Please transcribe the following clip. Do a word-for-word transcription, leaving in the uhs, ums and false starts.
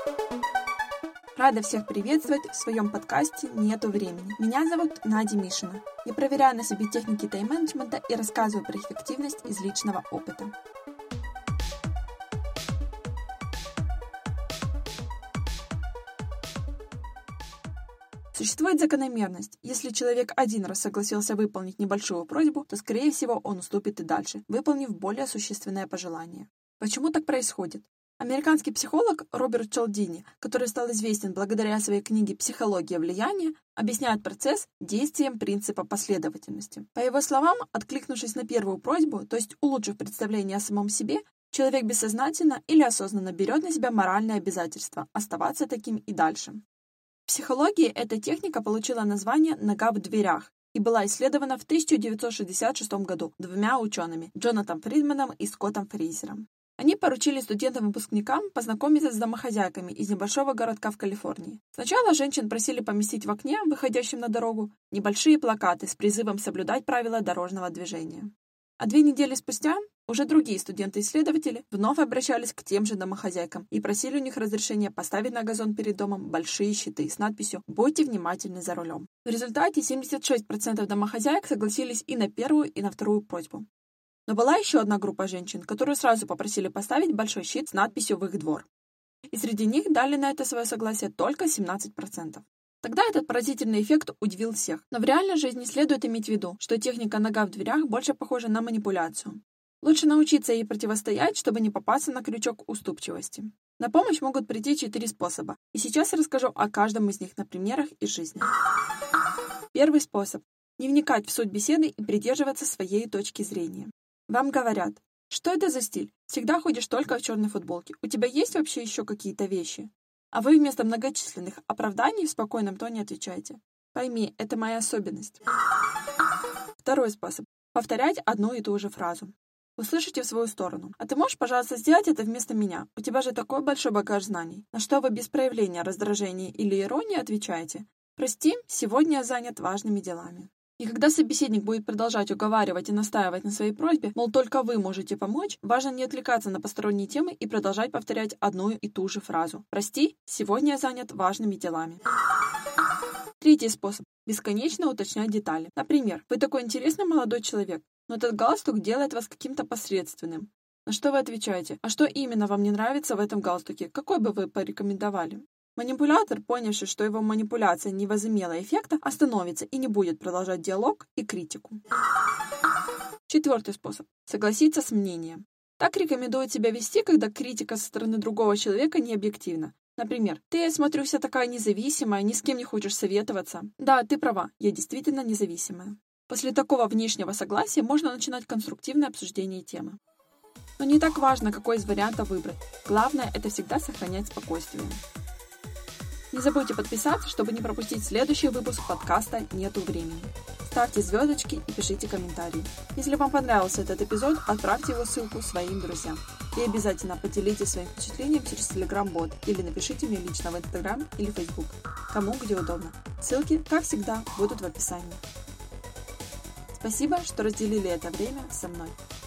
Рада всех приветствовать в своем подкасте «Нету времени». Меня зовут Надя Мишина. Я проверяю на себе техники тайм-менеджмента и рассказываю про эффективность из личного опыта. Существует закономерность. Если человек один раз согласился выполнить небольшую просьбу, то, скорее всего, он уступит и дальше, выполнив более существенное пожелание. Почему так происходит? Американский психолог Роберт Чалдини, который стал известен благодаря своей книге «Психология влияния», объясняет процесс действием принципа последовательности. По его словам, откликнувшись на первую просьбу, то есть улучшив представление о самом себе, человек бессознательно или осознанно берет на себя моральное обязательство оставаться таким и дальше. В психологии эта техника получила название «нога в дверях» и была исследована в тысяча девятьсот шестьдесят шестом году двумя учеными – Джонатаном Фридманом и Скоттом Фрейзером. Они поручили студентам-выпускникам познакомиться с домохозяйками из небольшого городка в Калифорнии. Сначала женщин просили поместить в окне, выходящем на дорогу, небольшие плакаты с призывом соблюдать правила дорожного движения. А две недели спустя уже другие студенты-исследователи вновь обращались к тем же домохозяйкам и просили у них разрешения поставить на газон перед домом большие щиты с надписью «Будьте внимательны за рулем». В результате семьдесят шесть процентов домохозяек согласились и на первую, и на вторую просьбу. Но была еще одна группа женщин, которую сразу попросили поставить большой щит с надписью «В их двор». И среди них дали на это свое согласие только семнадцать процентов. Тогда этот поразительный эффект удивил всех. Но в реальной жизни следует иметь в виду, что техника «нога в дверях» больше похожа на манипуляцию. Лучше научиться ей противостоять, чтобы не попасться на крючок уступчивости. На помощь могут прийти четыре способа, и сейчас я расскажу о каждом из них на примерах из жизни. Первый способ – не вникать в суть беседы и придерживаться своей точки зрения. Вам говорят: что это за стиль? Всегда ходишь только в черной футболке. У тебя есть вообще еще какие-то вещи? А вы вместо многочисленных оправданий в спокойном тоне отвечаете: пойми, это моя особенность. Второй способ – повторять одну и ту же фразу. Вы слышите в свою сторону: а ты можешь, пожалуйста, сделать это вместо меня? У тебя же такой большой багаж знаний. На что вы без проявления раздражения или иронии отвечаете: прости, сегодня я занят важными делами. И когда собеседник будет продолжать уговаривать и настаивать на своей просьбе, мол, только вы можете помочь, важно не отвлекаться на посторонние темы и продолжать повторять одну и ту же фразу. «Прости, сегодня я занят важными делами». Третий способ – бесконечно уточнять детали. Например, вы такой интересный молодой человек, но этот галстук делает вас каким-то посредственным. На что вы отвечаете: а что именно вам не нравится в этом галстуке? Какой бы вы порекомендовали? Манипулятор, понявший, что его манипуляция не возымела эффекта, остановится и не будет продолжать диалог и критику. Четвертый способ – согласиться с мнением. Так рекомендует себя вести, когда критика со стороны другого человека не объективна. Например: «Ты, я смотрю, вся такая независимая, ни с кем не хочешь советоваться». Да, ты права, я действительно независимая. После такого внешнего согласия можно начинать конструктивное обсуждение темы. Но не так важно, какой из вариантов выбрать. Главное – это всегда сохранять спокойствие. Не забудьте подписаться, чтобы не пропустить следующий выпуск подкаста «Нету времени». Ставьте звездочки и пишите комментарии. Если вам понравился этот эпизод, отправьте его ссылку своим друзьям. И обязательно поделитесь своим впечатлением через Telegram-бот или напишите мне лично в Instagram или Facebook, кому где удобно. Ссылки, как всегда, будут в описании. Спасибо, что разделили это время со мной.